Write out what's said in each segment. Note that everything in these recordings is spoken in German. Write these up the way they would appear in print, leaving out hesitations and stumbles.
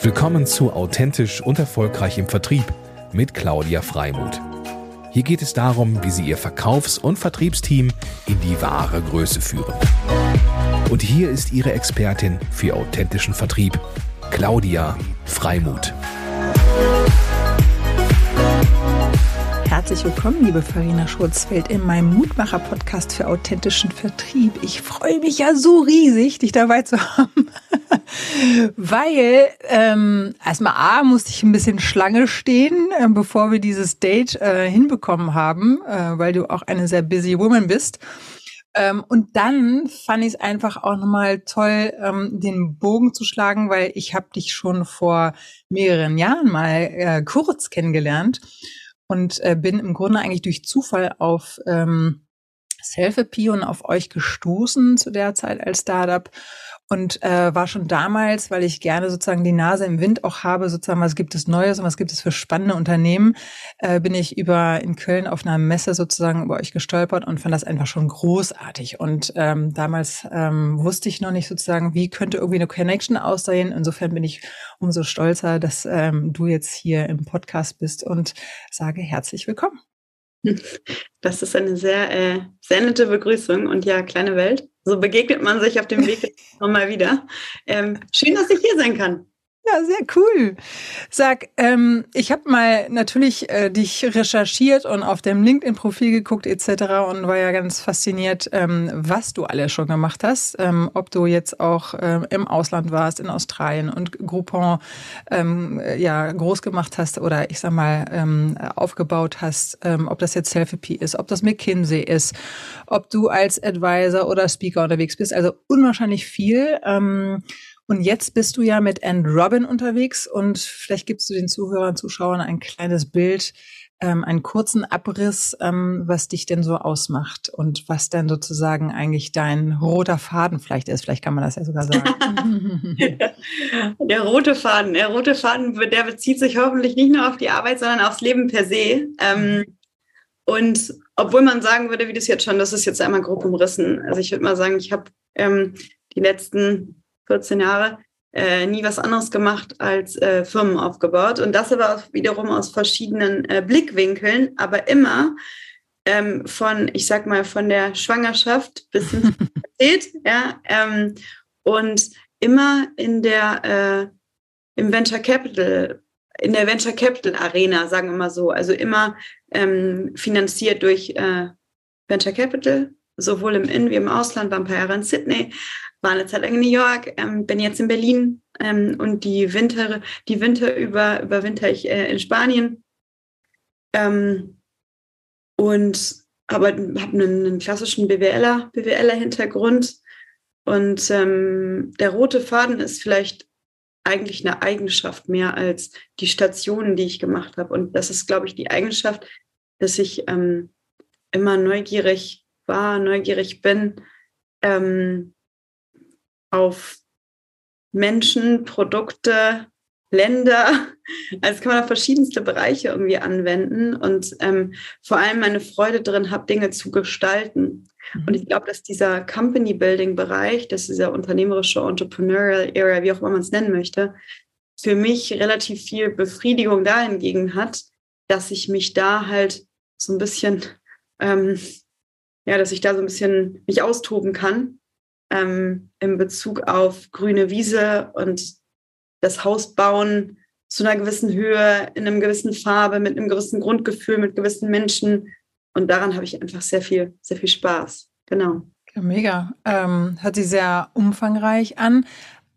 Willkommen zu Authentisch und Erfolgreich im Vertrieb mit Claudia Freimuth. Hier geht es darum, wie Sie Ihr Verkaufs- und Vertriebsteam in die wahre Größe führen. Und hier ist Ihre Expertin für authentischen Vertrieb, Claudia Freimuth. Herzlich willkommen, liebe Farina Schurzfeld, in meinem Mutmacher-Podcast für authentischen Vertrieb. Ich freue mich ja so riesig, dich dabei zu haben, weil erstmal musste ich ein bisschen Schlange stehen, bevor wir dieses Date hinbekommen haben, weil du auch eine sehr busy woman bist. Und dann fand ich es einfach auch nochmal toll, den Bogen zu schlagen, weil ich habe dich schon vor mehreren Jahren mal kurz kennengelernt. Und bin im Grunde eigentlich durch Zufall auf Selfie und auf euch gestoßen zu der Zeit als Startup und war schon damals, weil ich gerne sozusagen die Nase im Wind auch habe, sozusagen, was gibt es Neues und was gibt es für spannende Unternehmen, bin ich in Köln auf einer Messe sozusagen über euch gestolpert und fand das einfach schon großartig. Und damals wusste ich noch nicht sozusagen, wie könnte irgendwie eine Connection aussehen. Insofern bin ich umso stolzer, dass du jetzt hier im Podcast bist und sage herzlich willkommen. Das ist eine sehr, sehr nette Begrüßung und ja, kleine Welt. So begegnet man sich auf dem Weg nochmal wieder. Schön, dass ich hier sein kann. Ja, sehr cool. Sag, ich habe mal natürlich dich recherchiert und auf dem LinkedIn-Profil geguckt etc. und war ja ganz fasziniert, was du alles schon gemacht hast. Ob du jetzt auch im Ausland warst, in Australien und Groupon groß gemacht hast oder ich sag mal aufgebaut hast. Ob das jetzt Selfie ist, ob das McKinsey ist, ob du als Advisor oder Speaker unterwegs bist. Also unwahrscheinlich viel. Und jetzt bist du ja mit &Robin unterwegs und vielleicht gibst du den Zuhörern, Zuschauern ein kleines Bild, einen kurzen Abriss, was dich denn so ausmacht und was dann sozusagen eigentlich dein roter Faden vielleicht ist. Vielleicht kann man das ja sogar sagen. Der rote Faden, der bezieht sich hoffentlich nicht nur auf die Arbeit, sondern aufs Leben per se. Und obwohl man sagen würde, wie das jetzt schon, das ist jetzt einmal grob umrissen. Also ich würde mal sagen, ich habe die letzten 14 Jahre nie was anderes gemacht als Firmen aufgebaut und das aber auch wiederum aus verschiedenen Blickwinkeln, aber immer von der Schwangerschaft bis hin zur Pubertät, und immer in der Venture Capital Arena, sagen wir mal so, also immer finanziert durch Venture Capital, sowohl im In- wie im Ausland, war ein paar Jahre in Sydney, war eine Zeit lang in New York, bin jetzt in Berlin und die Winter überwinter ich in Spanien und habe einen klassischen BWLer-Hintergrund und der rote Faden ist vielleicht eigentlich eine Eigenschaft mehr als die Stationen, die ich gemacht habe und das ist, glaube ich, die Eigenschaft, dass ich immer neugierig bin, auf Menschen, Produkte, Länder. Also kann man auf verschiedenste Bereiche irgendwie anwenden und vor allem meine Freude drin habe, Dinge zu gestalten. Und ich glaube, dass dieser Company-Building-Bereich, dass dieser unternehmerische Entrepreneurial-Area, wie auch immer man es nennen möchte, für mich relativ viel Befriedigung dahingegen hat, dass ich mich da halt so ein bisschen, dass ich da so ein bisschen mich austoben kann. In Bezug auf grüne Wiese und das Haus bauen zu einer gewissen Höhe, in einer gewissen Farbe, mit einem gewissen Grundgefühl, mit gewissen Menschen. Und daran habe ich einfach sehr viel Spaß. Genau. Ja, mega. Hört sich sehr umfangreich an.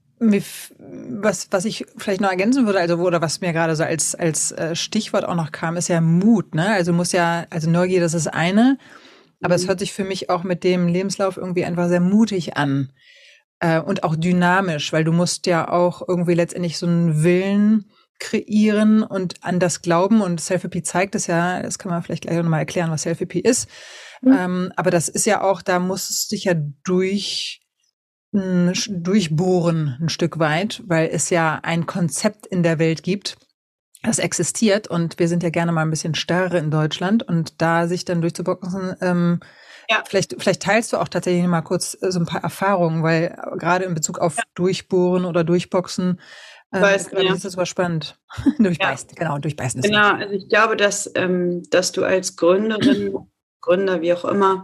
Was ich vielleicht noch ergänzen würde, oder was mir gerade so als Stichwort auch noch kam, ist ja Mut, ne? Also Neugier, das ist eine. Aber es hört sich für mich auch mit dem Lebenslauf irgendwie einfach sehr mutig an und auch dynamisch, weil du musst ja auch irgendwie letztendlich so einen Willen kreieren und an das glauben und Selfie zeigt es ja, das kann man vielleicht gleich nochmal erklären, was Selfie ist. Aber das ist ja auch, da muss es sich ja durchbohren ein Stück weit, weil es ja ein Konzept in der Welt gibt, das existiert und wir sind ja gerne mal ein bisschen starre in Deutschland und da sich dann durchzuboxen, Ja. Vielleicht teilst du auch tatsächlich mal kurz so ein paar Erfahrungen, weil gerade in Bezug auf Durchbohren oder Durchboxen, glaube ich, ist das super spannend. Durchbeißen, genau, durchbeißen ist Genau, also ich glaube, dass du als Gründerin, Gründer, wie auch immer,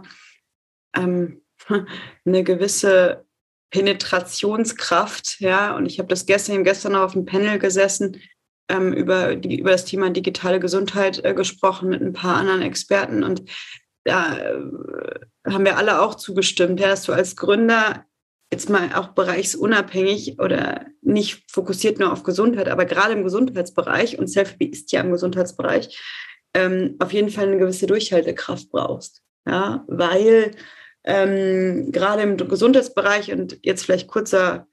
eine gewisse Penetrationskraft, ja, und ich habe das gestern noch auf dem Panel gesessen, über das Thema digitale Gesundheit gesprochen mit ein paar anderen Experten, und da haben wir alle auch zugestimmt, ja, dass du als Gründer jetzt mal auch bereichsunabhängig oder nicht fokussiert nur auf Gesundheit, aber gerade im Gesundheitsbereich, und Selfie ist ja im Gesundheitsbereich, auf jeden Fall eine gewisse Durchhaltekraft brauchst. Ja, weil gerade im Gesundheitsbereich, und jetzt vielleicht kurze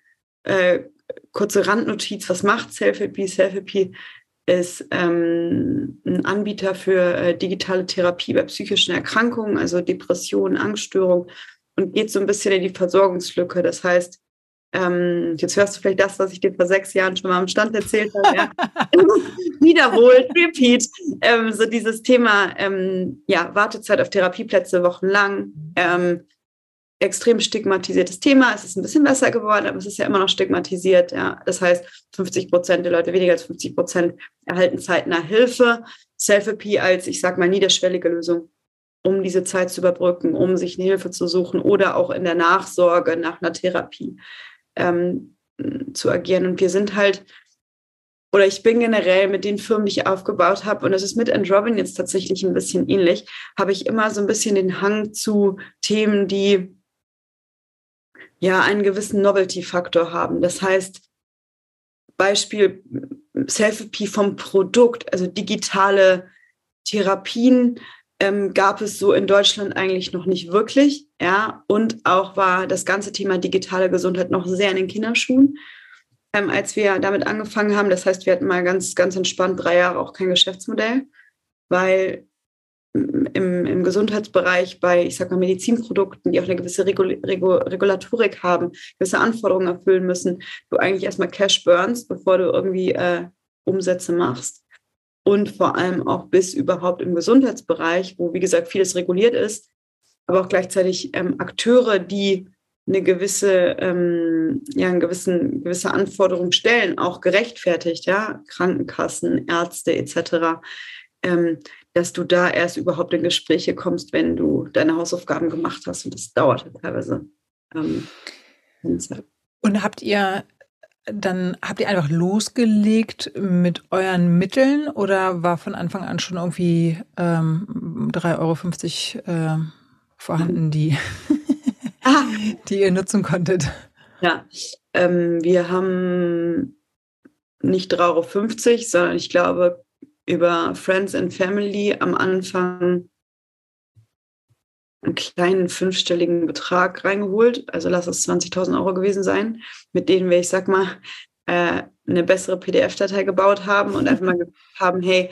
Randnotiz, was macht Selfie? Selfie ist ein Anbieter für digitale Therapie bei psychischen Erkrankungen, also Depressionen, Angststörungen, und geht so ein bisschen in die Versorgungslücke. Das heißt, jetzt hörst du vielleicht das, was ich dir vor 6 Jahren schon mal am Stand erzählt habe. Ja. Wiederholt, repeat. So dieses Thema, Wartezeit auf Therapieplätze wochenlang. Extrem stigmatisiertes Thema. Es ist ein bisschen besser geworden, aber es ist ja immer noch stigmatisiert. Ja. Das heißt, 50% der Leute, weniger als 50%, erhalten zeitnah Hilfe. Selfie als, ich sag mal, niederschwellige Lösung, um diese Zeit zu überbrücken, um sich eine Hilfe zu suchen oder auch in der Nachsorge nach einer Therapie zu agieren. Und wir sind halt, oder ich bin generell mit den Firmen, die ich aufgebaut habe, und das ist mit &Robin jetzt tatsächlich ein bisschen ähnlich, habe ich immer so ein bisschen den Hang zu Themen, die ja einen gewissen Novelty-Faktor haben. Das heißt, Beispiel Selfie vom Produkt, also digitale Therapien, gab es so in Deutschland eigentlich noch nicht wirklich, ja, und auch war das ganze Thema digitale Gesundheit noch sehr in den Kinderschuhen, als wir damit angefangen haben. Das heißt, wir hatten mal ganz, ganz entspannt 3 Jahre auch kein Geschäftsmodell, weil im Gesundheitsbereich bei, ich sag mal, Medizinprodukten, die auch eine gewisse Regulatorik haben, gewisse Anforderungen erfüllen müssen, du eigentlich erstmal Cash burnst, bevor du irgendwie Umsätze machst. Und vor allem auch bis überhaupt im Gesundheitsbereich, wo, wie gesagt, vieles reguliert ist, aber auch gleichzeitig Akteure, die eine gewisse Anforderung stellen, auch gerechtfertigt, ja, Krankenkassen, Ärzte etc., dass du da erst überhaupt in Gespräche kommst, wenn du deine Hausaufgaben gemacht hast. Und das dauert teilweise. Und habt ihr einfach losgelegt mit euren Mitteln, oder war von Anfang an schon irgendwie 3,50 € vorhanden, die ihr nutzen konntet? Ja, wir haben nicht 3,50 €, sondern ich glaube über Friends and Family am Anfang einen kleinen 5-stelligen Betrag reingeholt. Also lass es 20.000 € gewesen sein, mit denen wir, ich sag mal, eine bessere PDF-Datei gebaut haben und einfach mal gesagt haben, hey,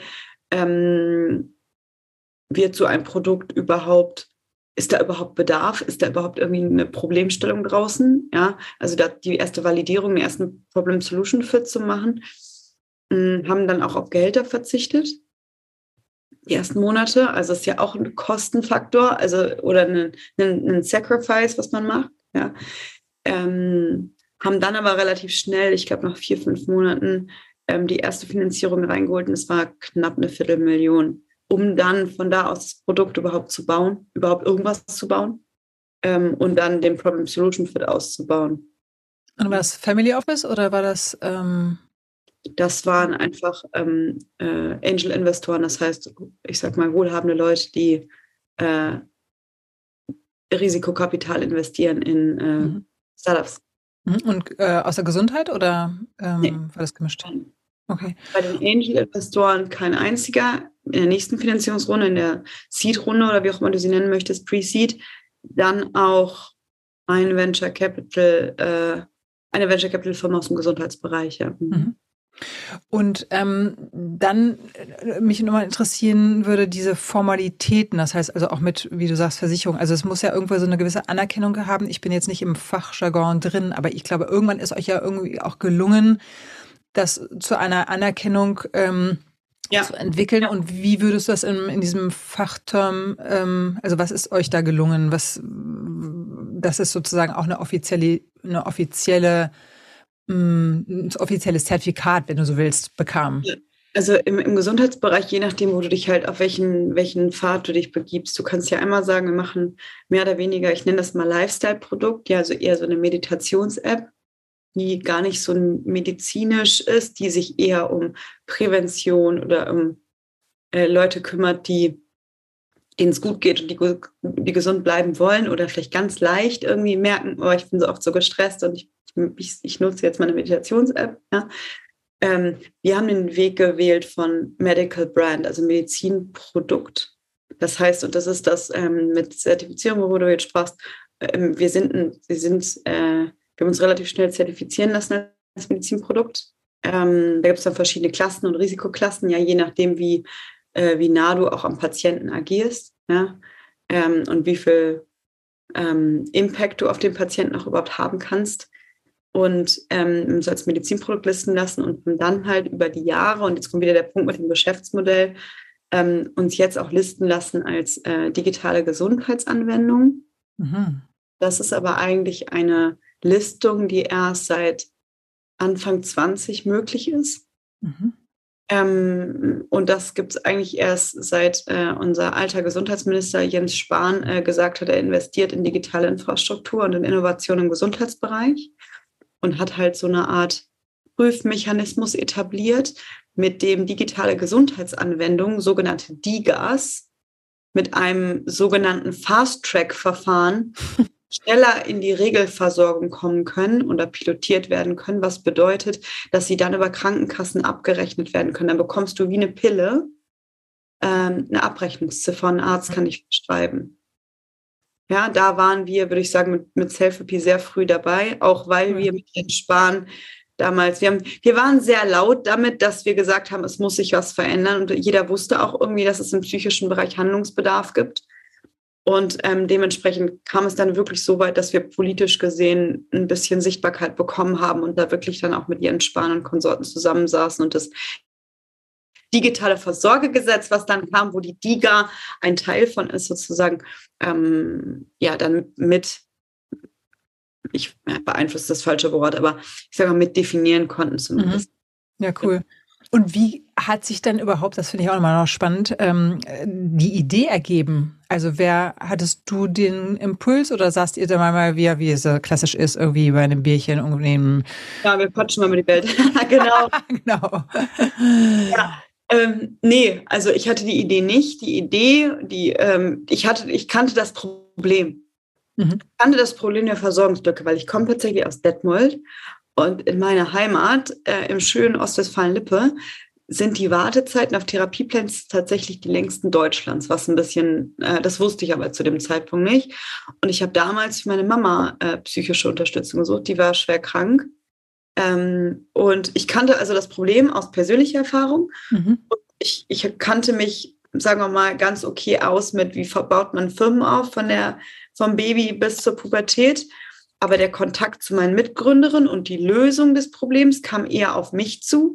wird so ein Produkt überhaupt, ist da überhaupt Bedarf? Ist da überhaupt irgendwie eine Problemstellung draußen? Ja, also da die erste Validierung, den ersten Problem-Solution-Fit zu machen, haben dann auch auf Gehälter verzichtet. Die ersten Monate, also ist ja auch ein Kostenfaktor, also oder ein Sacrifice, was man macht. Ja. Haben dann aber relativ schnell, ich glaube nach 4-5 Monaten, die erste Finanzierung reingeholt, und es war knapp eine Viertelmillion, um dann von da aus das Produkt überhaupt zu bauen, überhaupt irgendwas zu bauen, und dann den Problem Solution Fit auszubauen. Und war das Family Office oder war das? Das waren einfach Angel-Investoren, das heißt, ich sag mal, wohlhabende Leute, die Risikokapital investieren in Startups. Und aus der Gesundheit oder nee, war das gemischt? Okay. Bei den Angel-Investoren kein einziger. In der nächsten Finanzierungsrunde, in der Seed-Runde oder wie auch immer du sie nennen möchtest, Pre-Seed, dann auch eine Venture Capital Firma aus dem Gesundheitsbereich. Ja. Mhm. Und dann mich nochmal interessieren würde, diese Formalitäten, das heißt also auch mit, wie du sagst, Versicherung. Also es muss ja irgendwo so eine gewisse Anerkennung haben. Ich bin jetzt nicht im Fachjargon drin, aber ich glaube, irgendwann ist euch ja irgendwie auch gelungen, das zu einer Anerkennung zu entwickeln. Und wie würdest du das in diesem Fachterm, also was ist euch da gelungen? Das ist sozusagen auch ein offizielles Zertifikat, wenn du so willst, bekam. Also im Gesundheitsbereich, je nachdem, wo du dich halt, auf welchen Pfad du dich begibst. Du kannst ja einmal sagen, wir machen mehr oder weniger, ich nenne das mal Lifestyle-Produkt, ja, also eher so eine Meditations-App, die gar nicht so medizinisch ist, die sich eher um Prävention oder um Leute kümmert, denen es gut geht und die gesund bleiben wollen oder vielleicht ganz leicht irgendwie merken, oh, ich bin so oft so gestresst und ich nutze jetzt meine Meditations-App. Ja. Wir haben den Weg gewählt von Medical Brand, also Medizinprodukt. Das heißt, und das ist das mit Zertifizierung, worüber du jetzt sprachst, wir haben uns relativ schnell zertifizieren lassen als Medizinprodukt. Da gibt es dann verschiedene Klassen und Risikoklassen, ja, je nachdem, wie nah du auch am Patienten agierst, ja, und wie viel Impact du auf den Patienten auch überhaupt haben kannst. Und uns als Medizinprodukt listen lassen und dann halt über die Jahre, und jetzt kommt wieder der Punkt mit dem Geschäftsmodell, uns jetzt auch listen lassen als digitale Gesundheitsanwendung. Mhm. Das ist aber eigentlich eine Listung, die erst seit Anfang 20 möglich ist. Mhm. Und das gibt es eigentlich erst seit unser alter Gesundheitsminister Jens Spahn gesagt hat, er investiert in digitale Infrastruktur und in Innovation im Gesundheitsbereich und hat halt so eine Art Prüfmechanismus etabliert, mit dem digitale Gesundheitsanwendungen, sogenannte DiGAs, mit einem sogenannten Fast-Track-Verfahren schneller in die Regelversorgung kommen können oder pilotiert werden können, was bedeutet, dass sie dann über Krankenkassen abgerechnet werden können. Dann bekommst du wie eine Pille eine Abrechnungsziffer, ein Arzt kann dich verschreiben. Ja, da waren wir, würde ich sagen, mit Selfie sehr früh dabei, auch weil wir mit Jens Spahn damals, wir waren sehr laut damit, dass wir gesagt haben, es muss sich was verändern und jeder wusste auch irgendwie, dass es im psychischen Bereich Handlungsbedarf gibt. Und dementsprechend kam es dann wirklich so weit, dass wir politisch gesehen ein bisschen Sichtbarkeit bekommen haben und da wirklich dann auch mit Jens Spahn und Konsorten zusammensaßen und das digitale Versorgegesetz, was dann kam, wo die DiGA ein Teil von ist, sozusagen, dann mit, ich beeinflusse das falsche Wort, aber ich sage mal, mit definieren konnten zumindest. Ja, cool. Und wie hat sich dann überhaupt, das finde ich auch immer noch spannend, die Idee ergeben? Also hattest du den Impuls oder saßt ihr da mal, wie es klassisch ist, irgendwie bei einem Bierchen irgendwie? Ja, wir quatschen mal mit die Welt. Genau. Genau. Ja. Nee, also ich hatte die Idee nicht. Die Idee, ich kannte das Problem. Mhm. Ich kannte das Problem der Versorgungslücke, weil ich komme tatsächlich aus Detmold und in meiner Heimat im schönen Ostwestfalen-Lippe sind die Wartezeiten auf Therapieplätze tatsächlich die längsten Deutschlands, was ein bisschen, das wusste ich aber zu dem Zeitpunkt nicht. Und ich habe damals für meine Mama psychische Unterstützung gesucht, die war schwer krank. Und ich kannte also das Problem aus persönlicher Erfahrung. Mhm. Und ich kannte mich, sagen wir mal, ganz okay aus mit, wie baut man Firmen auf, vom Baby bis zur Pubertät. Aber der Kontakt zu meinen Mitgründerinnen und die Lösung des Problems kam eher auf mich zu,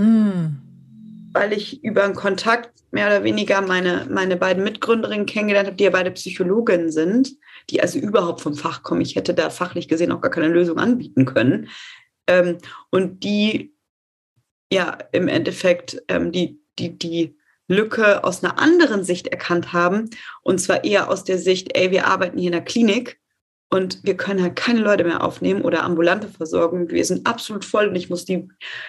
weil ich über einen Kontakt mehr oder weniger meine beiden Mitgründerinnen kennengelernt habe, die ja beide Psychologinnen sind, die also überhaupt vom Fach kommen. Ich hätte da fachlich gesehen auch gar keine Lösung anbieten können. Und die ja im Endeffekt die Lücke aus einer anderen Sicht erkannt haben, und zwar eher aus der Sicht, wir arbeiten hier in der Klinik und wir können halt keine Leute mehr aufnehmen oder ambulante Versorgung, wir sind absolut voll und ich muss die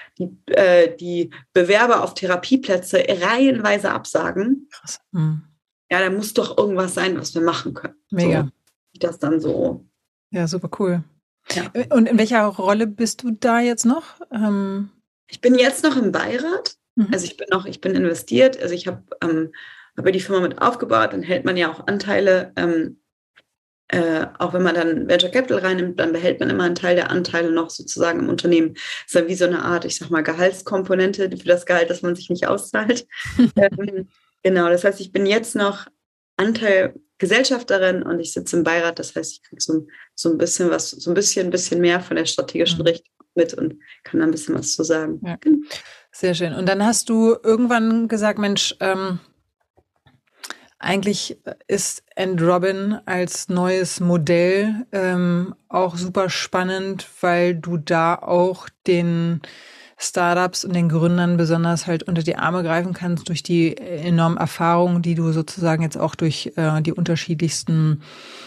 Bewerber auf Therapieplätze reihenweise absagen. Krass. Ja, da muss doch irgendwas sein, was wir machen können. Mega. So, das dann so. Ja, super cool. Ja. Und in welcher Rolle bist du da jetzt noch? Ich bin jetzt noch im Beirat. Also ich bin investiert. Also ich habe die Firma mit aufgebaut. Dann hält man ja auch Anteile. Auch wenn man dann Venture Capital reinnimmt, dann behält man immer einen Teil der Anteile noch sozusagen im Unternehmen. Das ist dann wie so eine Art, ich sag mal, Gehaltskomponente für das Gehalt, das man sich nicht auszahlt. Genau, das heißt, ich bin jetzt noch Anteilgesellschafterin und ich sitze im Beirat. Das heißt, ich kriege so ein bisschen mehr von der strategischen Richtung. mit und kann da ein bisschen was zu sagen. Ja. Sehr schön. Und dann hast du irgendwann gesagt, Mensch, eigentlich ist &Robin als neues Modell auch super spannend, weil du da auch den Startups und den Gründern besonders halt unter die Arme greifen kannst durch die enormen Erfahrungen, die du sozusagen jetzt auch durch die unterschiedlichsten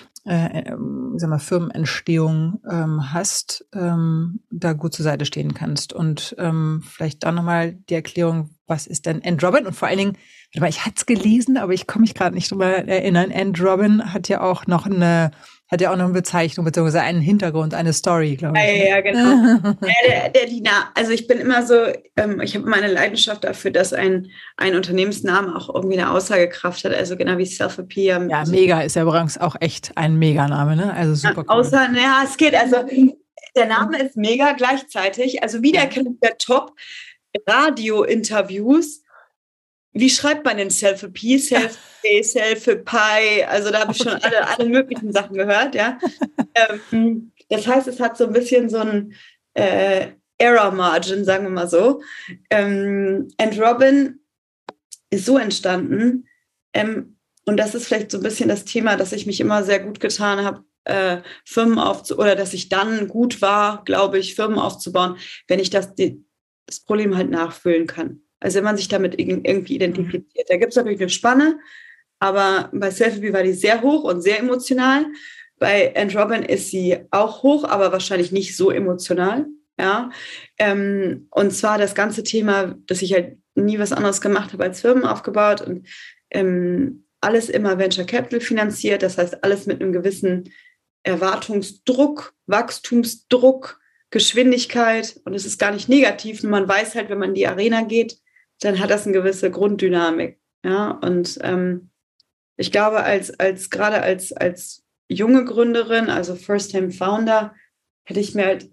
Firmenentstehung hast, da gut zur Seite stehen kannst. Und vielleicht dann nochmal die Erklärung, was ist denn &Robin? Und vor allen Dingen, warte mal, ich hatte es gelesen, aber ich kann mich gerade nicht drüber erinnern. &Robin hat ja auch noch eine Bezeichnung, beziehungsweise einen Hintergrund, eine Story, glaube ich. Ja, genau. Also ich bin immer so, ich habe immer eine Leidenschaft dafür, dass ein Unternehmensname auch irgendwie eine Aussagekraft hat, also genau wie Self-Appeal. Ja, mega ist ja übrigens auch echt ein Meganame, ne? Also super cool. Es geht, also der Name ist mega gleichzeitig, also Wiedererkennung der Top-Radio-Interviews. Wie schreibt man denn Self-Appeal, Self-Pie? Also da habe ich schon alle möglichen Sachen gehört, ja. Das heißt, es hat so ein bisschen so ein Error-Margin, sagen wir mal so. &Robin ist so entstanden, und das ist vielleicht so ein bisschen das Thema, dass ich mich immer sehr gut getan habe, oder dass ich dann gut war, glaube ich, Firmen aufzubauen, wenn ich das Problem halt nachfüllen kann. Also wenn man sich damit irgendwie identifiziert. Da gibt es natürlich eine Spanne, aber bei Self-Appeal war die sehr hoch und sehr emotional. Bei &Robin ist sie auch hoch, aber wahrscheinlich nicht so emotional. Ja? Und zwar das ganze Thema, dass ich halt nie was anderes gemacht habe als Firmen aufgebaut und alles immer Venture Capital finanziert. Das heißt, alles mit einem gewissen Erwartungsdruck, Wachstumsdruck, Geschwindigkeit. Und es ist gar nicht negativ. Nur man weiß halt, wenn man in die Arena geht, dann hat das eine gewisse Grunddynamik. Ja, und ich glaube, gerade als junge Gründerin, also First-Time-Founder, hätte ich mir halt,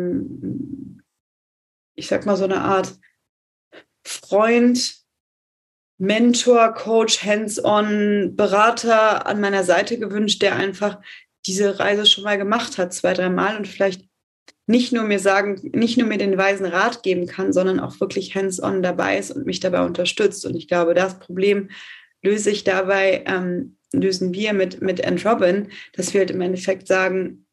ich sag mal, so eine Art Freund, Mentor, Coach, Hands-on, Berater an meiner Seite gewünscht, der einfach diese Reise schon mal gemacht hat, 2-3 Mal und vielleicht nicht nur mir den weisen Rat geben kann, sondern auch wirklich hands-on dabei ist und mich dabei unterstützt. Und ich glaube, das Problem lösen wir mit &Robin, dass wir halt im Endeffekt sagen,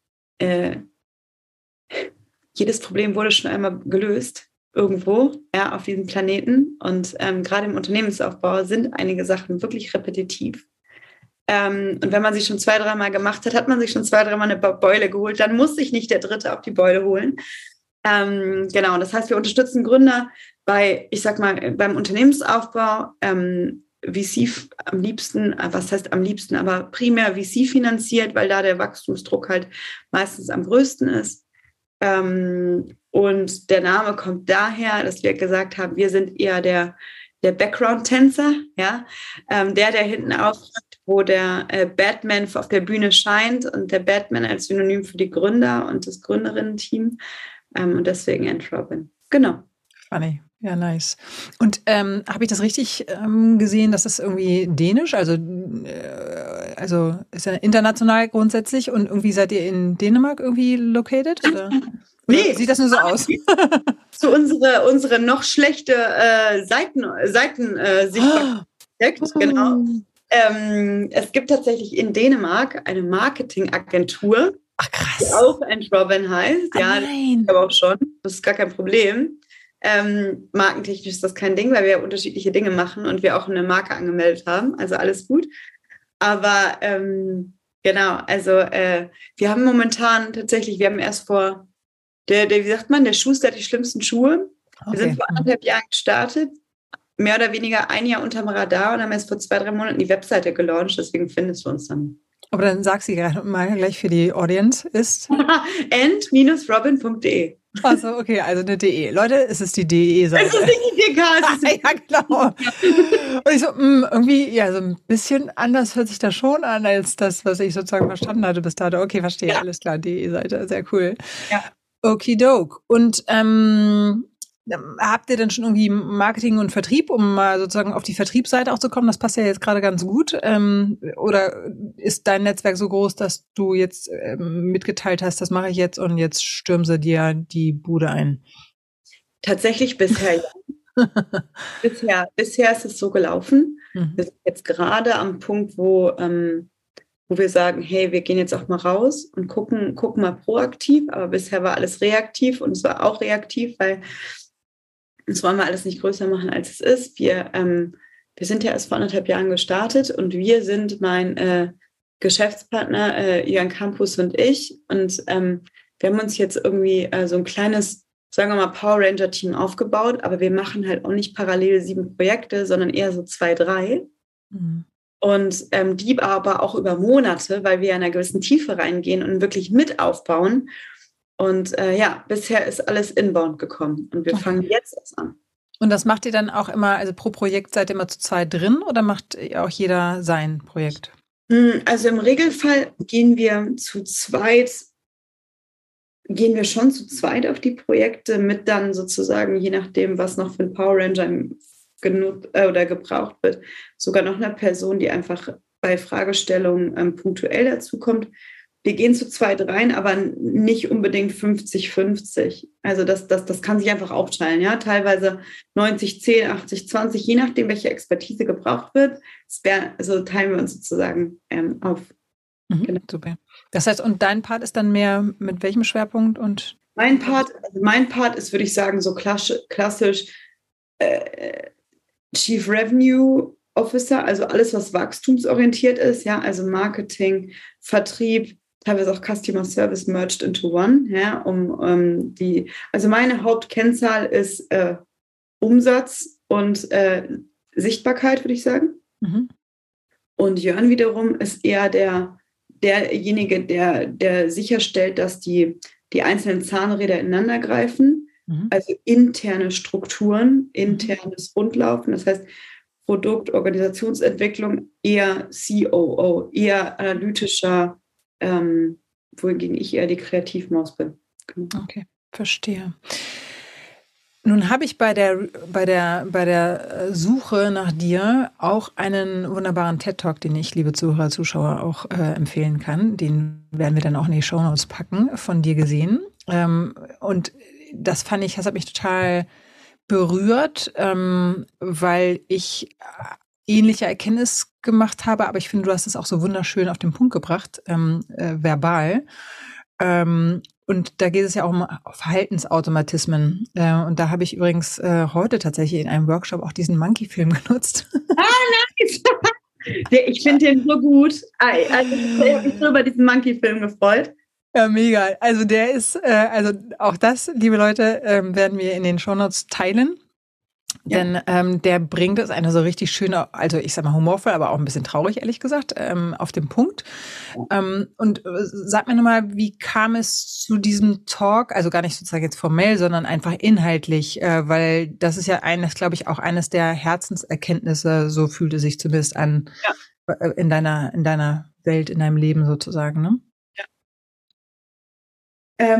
jedes Problem wurde schon einmal gelöst, irgendwo, ja, auf diesem Planeten. Und gerade im Unternehmensaufbau sind einige Sachen wirklich repetitiv. Und wenn man sie schon 2-3 Mal gemacht hat, hat man sich schon 2-3 Mal eine Beule geholt. Dann muss sich nicht der Dritte auf die Beule holen. Genau, das heißt, wir unterstützen Gründer beim Unternehmensaufbau, VC am liebsten, aber primär VC finanziert, weil da der Wachstumsdruck halt meistens am größten ist. Und der Name kommt daher, dass wir gesagt haben, wir sind eher der Background-Tänzer, ja, der hinten auftritt, wo der Batman auf der Bühne scheint und der Batman als Synonym für die Gründer und das Gründerinnen-Team und deswegen &Robin. Genau. Funny. Ja, nice. Und habe ich das richtig gesehen, dass das irgendwie dänisch, also ist ja international grundsätzlich und irgendwie seid ihr in Dänemark irgendwie located? Oder nee. Sieht das nur so aus? So unsere noch schlechte Seitensichtbarkeit. Genau. Es gibt tatsächlich in Dänemark eine Marketingagentur, die auch &Robin heißt. Ja, nein. Das aber auch schon. Das ist gar kein Problem. Markentechnisch ist das kein Ding, weil wir unterschiedliche Dinge machen und wir auch eine Marke angemeldet haben. Also alles gut. Aber genau, also wir haben momentan tatsächlich, wir haben erst vor, wie sagt man, der Schuster hat die schlimmsten Schuhe. Wir sind vor 1,5 Jahren gestartet. Mehr oder weniger ein Jahr unterm Radar und haben jetzt vor 2-3 Monaten die Webseite gelauncht, deswegen findest du uns dann. Aber dann sag sie mal gleich für die Audience ist &-robin.de. Also okay, also eine DE. Leute, es ist die DE-Seite. Es ist nicht die DK. Ja, genau. Und ich so, irgendwie, ja, so ein bisschen anders hört sich das schon an, als das, was ich sozusagen verstanden hatte bis dato. Okay, verstehe, ja. Alles klar, DE-Seite, sehr cool. Ja. Okidoke. Und habt ihr denn schon irgendwie Marketing und Vertrieb, um mal sozusagen auf die Vertriebsseite auch zu kommen? Das passt ja jetzt gerade ganz gut. Oder ist dein Netzwerk so groß, dass du jetzt mitgeteilt hast, das mache ich jetzt und jetzt stürmen sie dir die Bude ein? Tatsächlich bisher ja. Bisher ist es so gelaufen. Wir sind jetzt gerade am Punkt, wo wir sagen, hey, wir gehen jetzt auch mal raus und gucken mal proaktiv. Aber bisher war alles reaktiv und es war auch reaktiv, weil das wollen wir alles nicht größer machen, als es ist. Wir sind ja erst vor 1,5 Jahren gestartet und wir sind mein Geschäftspartner, Jan Campus und ich. Und wir haben uns jetzt irgendwie so ein kleines, sagen wir mal, Power Ranger-Team aufgebaut, aber wir machen halt auch nicht parallel 7 Projekte, sondern eher so 2, 3. Und die aber auch über Monate, weil wir in einer gewissen Tiefe reingehen und wirklich mit aufbauen. Und bisher ist alles inbound gekommen und wir fangen jetzt erst an. Und das macht ihr dann auch immer, also pro Projekt seid ihr immer zu 2 drin oder macht auch jeder sein Projekt? Also im Regelfall gehen wir schon zu zweit auf die Projekte mit dann sozusagen, je nachdem, was noch für ein Power Ranger oder gebraucht wird, sogar noch einer Person, die einfach bei Fragestellungen punktuell dazukommt. Wir gehen zu zweit rein, aber nicht unbedingt 50-50. Also das kann sich einfach aufteilen. Ja? Teilweise 90-10, 80-20, je nachdem, welche Expertise gebraucht wird. Also teilen wir uns sozusagen auf. Genau. Super. Das heißt, und dein Part ist dann mehr mit welchem Schwerpunkt? Und mein Part ist, würde ich sagen, so klassisch Chief Revenue Officer, also alles, was wachstumsorientiert ist, ja, also Marketing, Vertrieb, teilweise auch Customer Service merged into one, ja, also meine Hauptkennzahl ist Umsatz und Sichtbarkeit, würde ich sagen. Und Jörn wiederum ist eher derjenige, der sicherstellt, dass die einzelnen Zahnräder ineinander greifen, also interne Strukturen, internes Rundlaufen, das heißt Produkt, Organisationsentwicklung, eher COO, eher analytischer, wohingegen ich eher die Kreativmaus bin. Genau. Okay, verstehe. Nun habe ich bei der Suche nach dir auch einen wunderbaren TED-Talk, den ich, liebe Zuhörer, Zuschauer, auch empfehlen kann. Den werden wir dann auch in die Shownotes packen, von dir gesehen. Und das hat mich total berührt, weil ich ähnliche Erkenntnis gemacht habe, aber ich finde, du hast es auch so wunderschön auf den Punkt gebracht, verbal. Und da geht es ja auch um Verhaltensautomatismen. Und da habe ich übrigens heute tatsächlich in einem Workshop auch diesen Monkey-Film genutzt. Nice! Ich finde den so gut. Also ich habe mich so über diesen Monkey-Film gefreut. Ja, mega. Also der ist, also auch das, liebe Leute, werden wir in den Shownotes teilen. Ja. Denn der bringt es eine so richtig schöne, also ich sag mal humorvoll, aber auch ein bisschen traurig, ehrlich gesagt, auf den Punkt. Und sag mir nochmal, wie kam es zu diesem Talk, also gar nicht sozusagen jetzt formell, sondern einfach inhaltlich, weil das ist ja glaube ich, auch eines der Herzenserkenntnisse, so fühlt es sich zumindest an, in deiner Welt, in deinem Leben sozusagen, ne? Ja.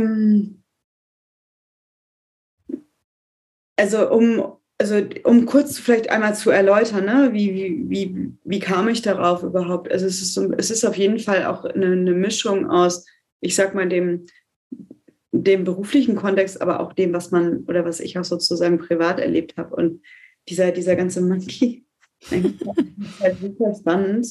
Also um kurz vielleicht einmal zu erläutern, ne, wie kam ich darauf überhaupt? Also es ist auf jeden Fall auch eine Mischung aus, ich sag mal, dem beruflichen Kontext, aber auch dem, was ich auch sozusagen privat erlebt habe. Und dieser ganze Monkey ist halt super spannend.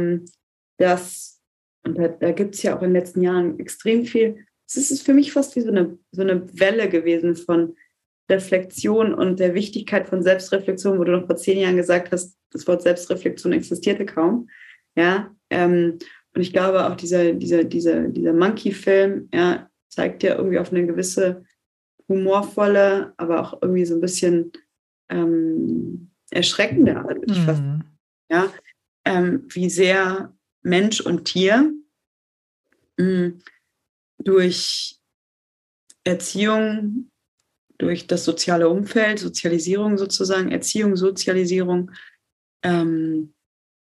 Da gibt es ja auch in den letzten Jahren extrem viel. Es ist für mich fast wie so eine Welle gewesen von Reflexion und der Wichtigkeit von Selbstreflexion, wo du noch vor 10 Jahren gesagt hast, das Wort Selbstreflexion existierte kaum. Ja, und ich glaube auch dieser Monkey-Film, ja, zeigt ja irgendwie auf eine gewisse humorvolle, aber auch irgendwie so ein bisschen erschreckende Art, würde ich fast sagen. Ja, wie sehr Mensch und Tier durch Erziehung, durch das soziale Umfeld, Sozialisierung sozusagen, Erziehung, Sozialisierung,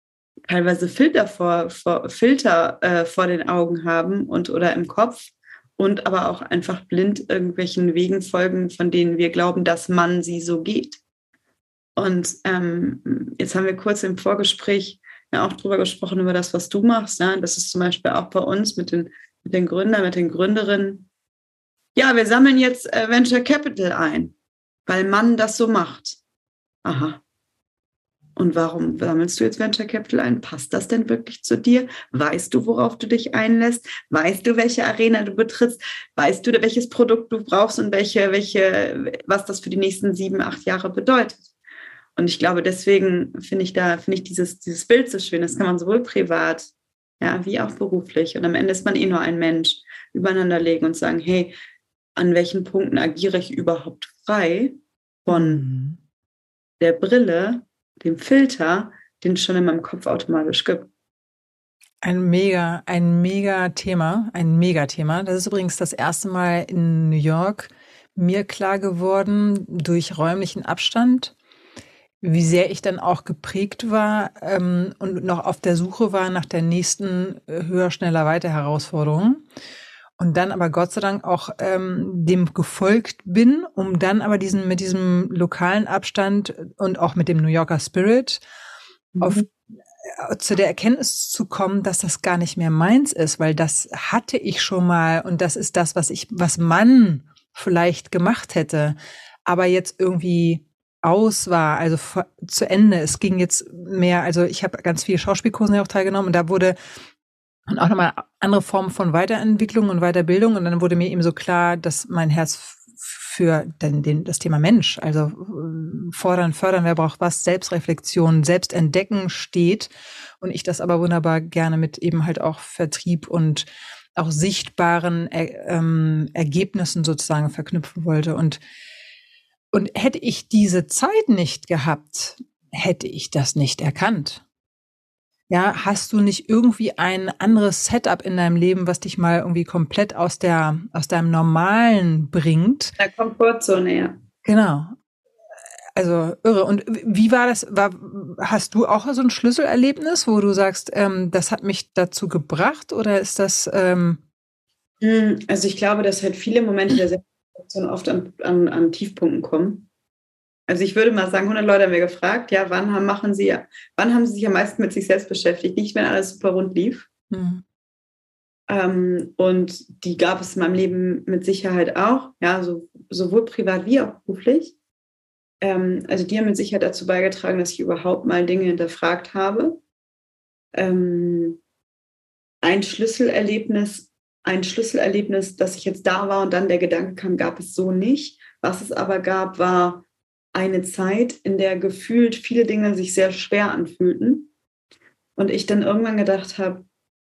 teilweise Filter vor den Augen haben oder im Kopf und aber auch einfach blind irgendwelchen Wegen folgen, von denen wir glauben, dass man sie so geht. Und jetzt haben wir kurz im Vorgespräch ja auch drüber gesprochen, über das, was du machst. Ja? Das ist zum Beispiel auch bei uns mit den Gründern, mit den Gründerinnen. Ja, wir sammeln jetzt Venture Capital ein, weil man das so macht. Aha. Und warum sammelst du jetzt Venture Capital ein? Passt das denn wirklich zu dir? Weißt du, worauf du dich einlässt? Weißt du, welche Arena du betrittst? Weißt du, welches Produkt du brauchst und was das für die nächsten 7, 8 Jahre bedeutet? Und ich glaube, deswegen finde ich dieses Bild so schön. Das kann man sowohl privat, ja, wie auch beruflich. Und am Ende ist man nur ein Mensch, übereinander legen und sagen, hey, an welchen Punkten agiere ich überhaupt frei von der Brille, dem Filter, den es schon in meinem Kopf automatisch gibt. Ein mega Thema, ein Megathema. Das ist übrigens das erste Mal in New York mir klar geworden, durch räumlichen Abstand, wie sehr ich dann auch geprägt war und noch auf der Suche war nach der nächsten höher, schneller, weiter Herausforderung. Und dann aber Gott sei Dank auch dem gefolgt bin, um dann aber mit diesem lokalen Abstand und auch mit dem New Yorker Spirit zu der Erkenntnis zu kommen, dass das gar nicht mehr meins ist, weil das hatte ich schon mal und das ist das, was man vielleicht gemacht hätte, aber jetzt irgendwie aus war, also zu Ende. Es ging jetzt mehr, also ich habe ganz viele Schauspielkursen ja auch teilgenommen und da wurde und auch nochmal andere Formen von Weiterentwicklung und Weiterbildung. Und dann wurde mir eben so klar, dass mein Herz für das Thema Mensch, also fordern, fördern, wer braucht was, Selbstreflexion, Selbstentdecken steht. Und ich das aber wunderbar gerne mit eben halt auch Vertrieb und auch sichtbaren Ergebnissen sozusagen verknüpfen wollte. Und hätte ich diese Zeit nicht gehabt, hätte ich das nicht erkannt. Ja, hast du nicht irgendwie ein anderes Setup in deinem Leben, was dich mal irgendwie komplett aus deinem Normalen bringt? Der Komfortzone, ja. Genau. Also irre. Und wie war das? Hast du auch so ein Schlüsselerlebnis, wo du sagst, das hat mich dazu gebracht? Oder ist das? Also ich glaube, dass halt viele Momente der Selbstreflexion oft an Tiefpunkten kommen. Also ich würde mal sagen, 100 Leute haben mir gefragt, ja, wann haben sie sich am meisten mit sich selbst beschäftigt? Nicht, wenn alles super rund lief. Und die gab es in meinem Leben mit Sicherheit auch, ja, sowohl privat wie auch beruflich. Also die haben mit Sicherheit dazu beigetragen, dass ich überhaupt mal Dinge hinterfragt habe. Ein Schlüsselerlebnis, dass ich jetzt da war und dann der Gedanke kam, gab es so nicht. Was es aber gab, war eine Zeit, in der gefühlt viele Dinge sich sehr schwer anfühlten und ich dann irgendwann gedacht habe,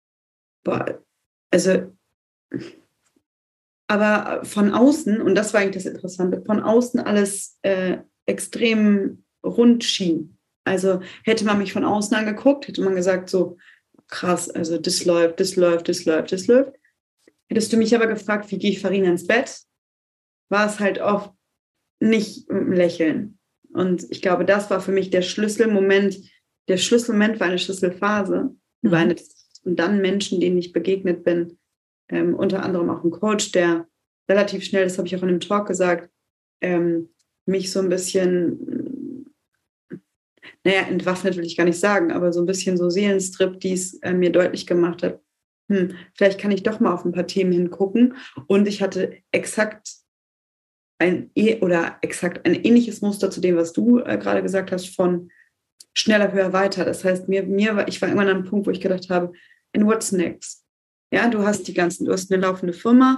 aber von außen, und das war eigentlich das Interessante, von außen alles extrem rund schien. Also hätte man mich von außen angeguckt, hätte man gesagt, so krass, also das läuft. Hättest du mich aber gefragt, wie gehe ich Farina ins Bett, war es halt oft nicht mit dem Lächeln. Und ich glaube, das war für mich der Schlüsselmoment. Der Schlüsselmoment war eine Schlüsselphase. Und dann Menschen, denen ich begegnet bin, unter anderem auch ein Coach, der relativ schnell, das habe ich auch in einem Talk gesagt, mich so ein bisschen, entwaffnet will ich gar nicht sagen, aber so ein bisschen so Seelenstrip, die es mir deutlich gemacht hat, vielleicht kann ich doch mal auf ein paar Themen hingucken. Und ich hatte exakt ein ähnliches Muster zu dem, was du gerade gesagt hast, von schneller, höher, weiter. Das heißt, ich war irgendwann an einem Punkt, wo ich gedacht habe, and what's next? Ja, du hast eine laufende Firma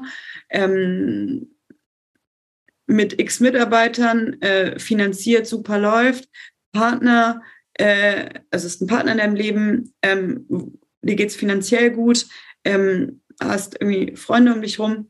mit x Mitarbeitern, finanziert, super läuft, Partner, also ist ein Partner in deinem Leben, dir geht es finanziell gut, hast irgendwie Freunde um dich rum.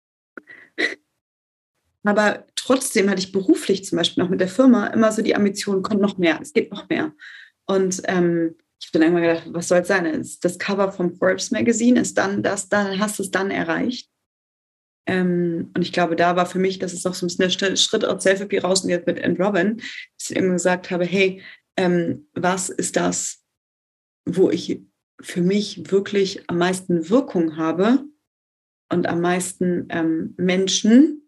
Aber trotzdem hatte ich beruflich zum Beispiel noch mit der Firma immer so die Ambition, kommt noch mehr, es geht noch mehr. Und ich habe dann irgendwann gedacht, was soll es sein? Ist das Cover vom Forbes Magazine, ist dann dann hast du es dann erreicht. Und ich glaube, da war für mich, das ist auch so ein bisschen der Schritt aus Self-Help raus und jetzt mit Anne Robin, dass ich immer gesagt habe, hey, was ist das, wo ich für mich wirklich am meisten Wirkung habe? und am meisten Menschen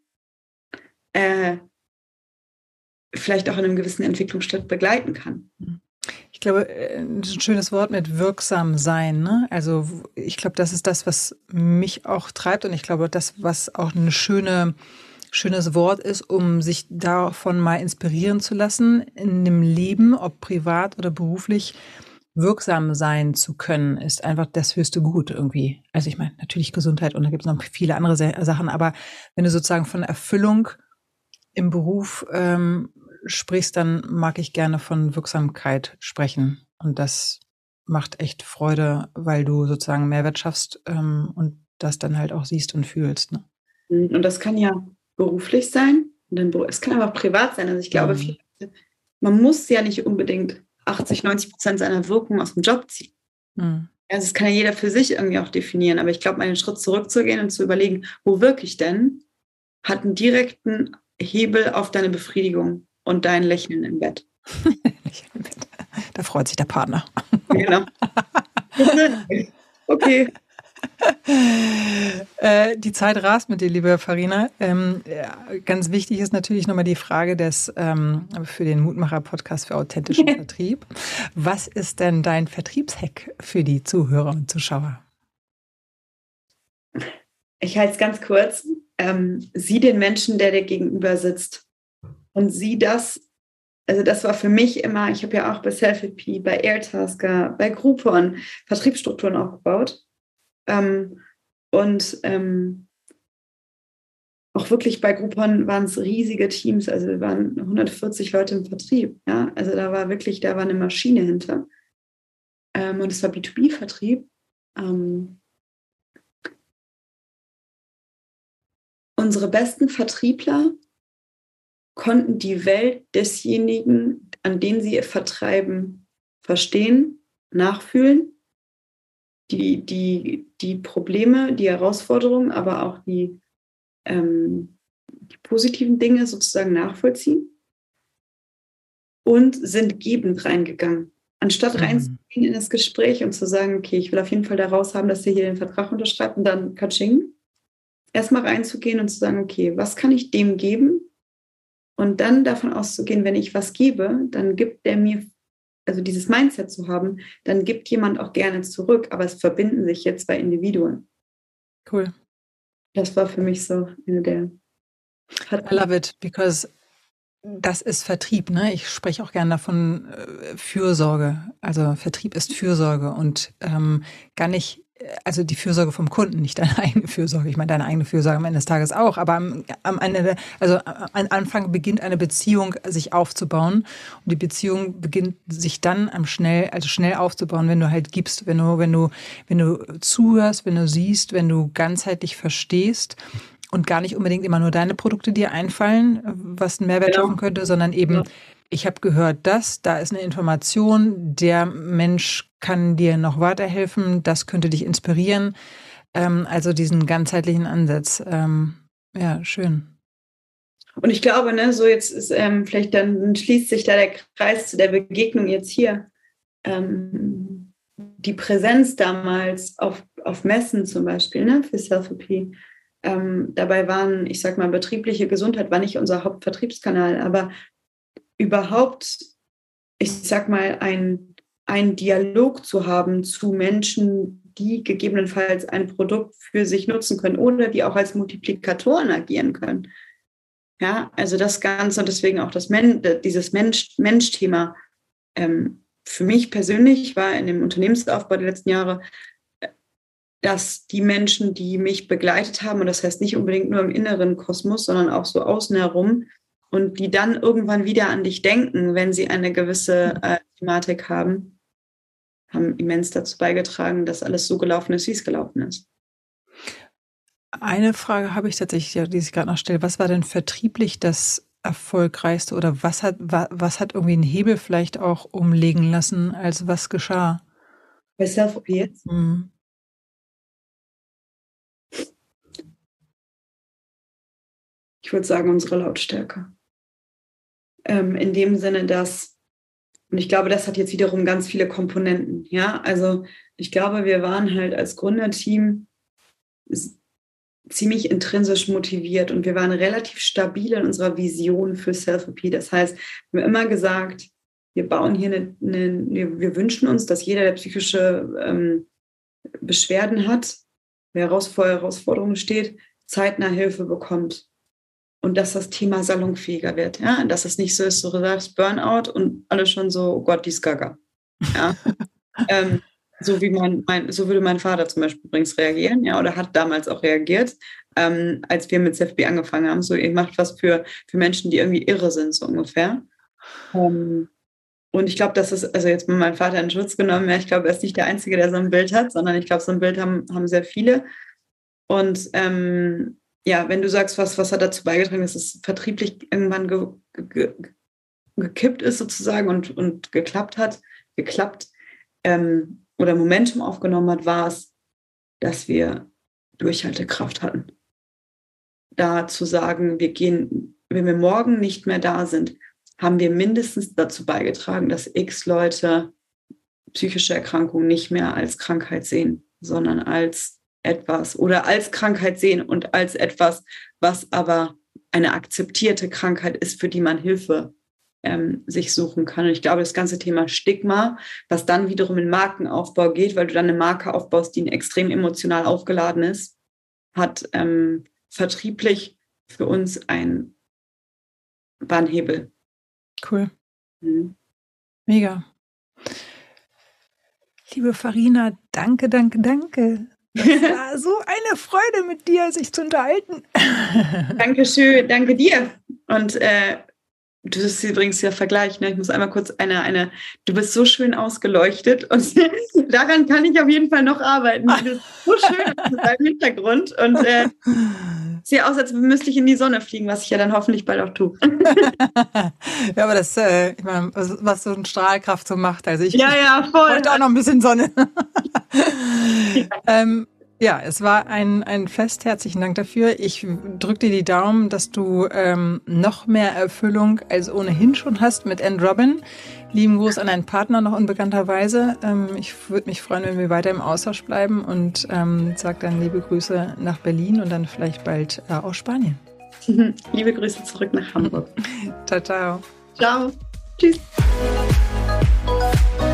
vielleicht auch in einem gewissen Entwicklungsschritt begleiten kann. Ich glaube, ein schönes Wort mit wirksam sein, ne? Also ich glaube, das ist das, was mich auch treibt und ich glaube, das, was auch ein schönes Wort ist, um sich davon mal inspirieren zu lassen, in dem Leben, ob privat oder beruflich, wirksam sein zu können, ist einfach das höchste Gut irgendwie. Also ich meine, natürlich Gesundheit und da gibt es noch viele andere Sachen, aber wenn du sozusagen von Erfüllung im Beruf sprichst, dann mag ich gerne von Wirksamkeit sprechen. Und das macht echt Freude, weil du sozusagen Mehrwert schaffst und das dann halt auch siehst und fühlst. Ne? Und das kann ja beruflich sein, und es kann aber auch privat sein. Also ich glaube, man muss ja nicht unbedingt 80-90% seiner Wirkung aus dem Job ziehen. Also das kann ja jeder für sich irgendwie auch definieren. Aber ich glaube, einen Schritt zurückzugehen und zu überlegen, wo wirke ich denn, hat einen direkten Hebel auf deine Befriedigung und dein Lächeln im Bett. Da freut sich der Partner. Genau. Okay. Die Zeit rast mit dir, liebe Farina. Ganz wichtig ist natürlich nochmal die Frage für den Mutmacher-Podcast für authentischen Vertrieb. Was ist denn dein Vertriebshack für die Zuhörer und Zuschauer? Ich halte es ganz kurz. Sieh den Menschen, der dir gegenüber sitzt. Und sieh das, also das war für mich immer, ich habe ja auch bei Self-IP, bei Airtasker, bei Groupon Vertriebsstrukturen aufgebaut. Auch wirklich bei Groupon waren es riesige Teams, also wir waren 140 Leute im Vertrieb. Ja? Also da war eine Maschine hinter. Und es war B2B-Vertrieb. Unsere besten Vertriebler konnten die Welt desjenigen, an den sie vertreiben, verstehen, nachfühlen, die Probleme, die Herausforderungen, aber auch die positiven Dinge sozusagen nachvollziehen und sind gebend reingegangen. Anstatt reinzugehen in das Gespräch und zu sagen, okay, ich will auf jeden Fall da raus haben, dass ihr hier den Vertrag unterschreibt und dann Katsching, erstmal reinzugehen und zu sagen, okay, was kann ich dem geben? Und dann davon auszugehen, wenn ich was gebe, dann gibt der mir, also dieses Mindset zu haben, dann gibt jemand auch gerne zurück, aber es verbinden sich jetzt zwei Individuen. Cool. Das war für mich so eine der... I love it, because das ist Vertrieb, ne? Ich spreche auch gerne davon Fürsorge. Also Vertrieb ist Fürsorge und gar nicht, also die Fürsorge vom Kunden, nicht deine eigene Fürsorge. Ich meine, deine eigene Fürsorge am Ende des Tages auch, aber am Anfang beginnt eine Beziehung sich aufzubauen und die Beziehung beginnt sich dann schnell aufzubauen, wenn du halt gibst, wenn du zuhörst, wenn du siehst, wenn du ganzheitlich verstehst und gar nicht unbedingt immer nur deine Produkte dir einfallen, was einen Mehrwert schaffen könnte, sondern eben, ich habe gehört, da ist eine Information, der Mensch kann dir noch weiterhelfen, das könnte dich inspirieren. Also diesen ganzheitlichen Ansatz. Ja, schön. Und ich glaube, ne, so jetzt ist vielleicht dann schließt sich da der Kreis zu der Begegnung jetzt hier. Die Präsenz damals auf Messen zum Beispiel, ne, für Self-IP. Dabei waren, ich sag mal, betriebliche Gesundheit war nicht unser Hauptvertriebskanal, aber überhaupt, ich sag mal, einen Dialog zu haben zu Menschen, die gegebenenfalls ein Produkt für sich nutzen können oder die auch als Multiplikatoren agieren können. Ja, also das Ganze und deswegen auch dieses Mensch-Thema für mich persönlich war in dem Unternehmensaufbau der letzten Jahre, dass die Menschen, die mich begleitet haben, und das heißt nicht unbedingt nur im inneren Kosmos, sondern auch so außen herum, und die dann irgendwann wieder an dich denken, wenn sie eine gewisse Thematik haben immens dazu beigetragen, dass alles so gelaufen ist, wie es gelaufen ist. Eine Frage habe ich tatsächlich, die ich gerade noch stelle. Was war denn vertrieblich das Erfolgreichste oder was hat irgendwie einen Hebel vielleicht auch umlegen lassen, als was geschah? Bei Self-IP jetzt? Ich würde sagen, unsere Lautstärke. In dem Sinne, dass, und ich glaube, das hat jetzt wiederum ganz viele Komponenten, ja, also ich glaube, wir waren halt als Gründerteam ziemlich intrinsisch motiviert und wir waren relativ stabil in unserer Vision für Self-OP. Das heißt, wir haben immer gesagt, wir bauen hier wir wünschen uns, dass jeder, der psychische Beschwerden hat, wer vor Herausforderungen steht, zeitnah Hilfe bekommt. Und dass das Thema salonfähiger wird. Ja? Dass es nicht so ist, so du sagst Burnout und alle schon so, oh Gott, die ist gaga. Ja? So würde mein Vater zum Beispiel übrigens reagieren, ja, oder hat damals auch reagiert, als wir mit Self-OP angefangen haben. So, ihr macht was für Menschen, die irgendwie irre sind, so ungefähr. Und ich glaube, das ist, also jetzt mit meinem Vater in Schutz genommen, ja, ich glaube, er ist nicht der Einzige, der so ein Bild hat, sondern ich glaube, so ein Bild haben sehr viele. Und ja, wenn du sagst, was hat dazu beigetragen, dass es vertrieblich irgendwann gekippt ist sozusagen und geklappt, oder Momentum aufgenommen hat, war es, dass wir Durchhaltekraft hatten. Da zu sagen, wenn wir morgen nicht mehr da sind, haben wir mindestens dazu beigetragen, dass x Leute psychische Erkrankungen nicht mehr als Krankheit sehen, sondern als etwas oder als Krankheit sehen und als etwas, was aber eine akzeptierte Krankheit ist, für die man Hilfe sich suchen kann. Und ich glaube, das ganze Thema Stigma, was dann wiederum in Markenaufbau geht, weil du dann eine Marke aufbaust, die extrem emotional aufgeladen ist, hat vertrieblich für uns war ein Hebel. Cool. Mhm. Mega. Liebe Farina, danke. Das war so eine Freude mit dir, sich zu unterhalten. Dankeschön, danke dir. Und du bist übrigens ja Vergleich, ne? Ich muss einmal kurz du bist so schön ausgeleuchtet und daran kann ich auf jeden Fall noch arbeiten. Du bist so schön in deinem Hintergrund und sieht aus, als müsste ich in die Sonne fliegen, was ich ja dann hoffentlich bald auch tue. Ja, aber das, ich meine, was so eine Strahlkraft so macht, also ich voll. Heute auch noch ein bisschen Sonne. Ja, es war ein Fest. Herzlichen Dank dafür. Ich drücke dir die Daumen, dass du noch mehr Erfüllung als ohnehin schon hast mit Anne Robin. Lieben Gruß an deinen Partner noch unbekannterweise. Ich würde mich freuen, wenn wir weiter im Austausch bleiben und sag dann liebe Grüße nach Berlin und dann vielleicht bald aus Spanien. Liebe Grüße zurück nach Hamburg. Ciao, ciao. Ciao. Tschüss.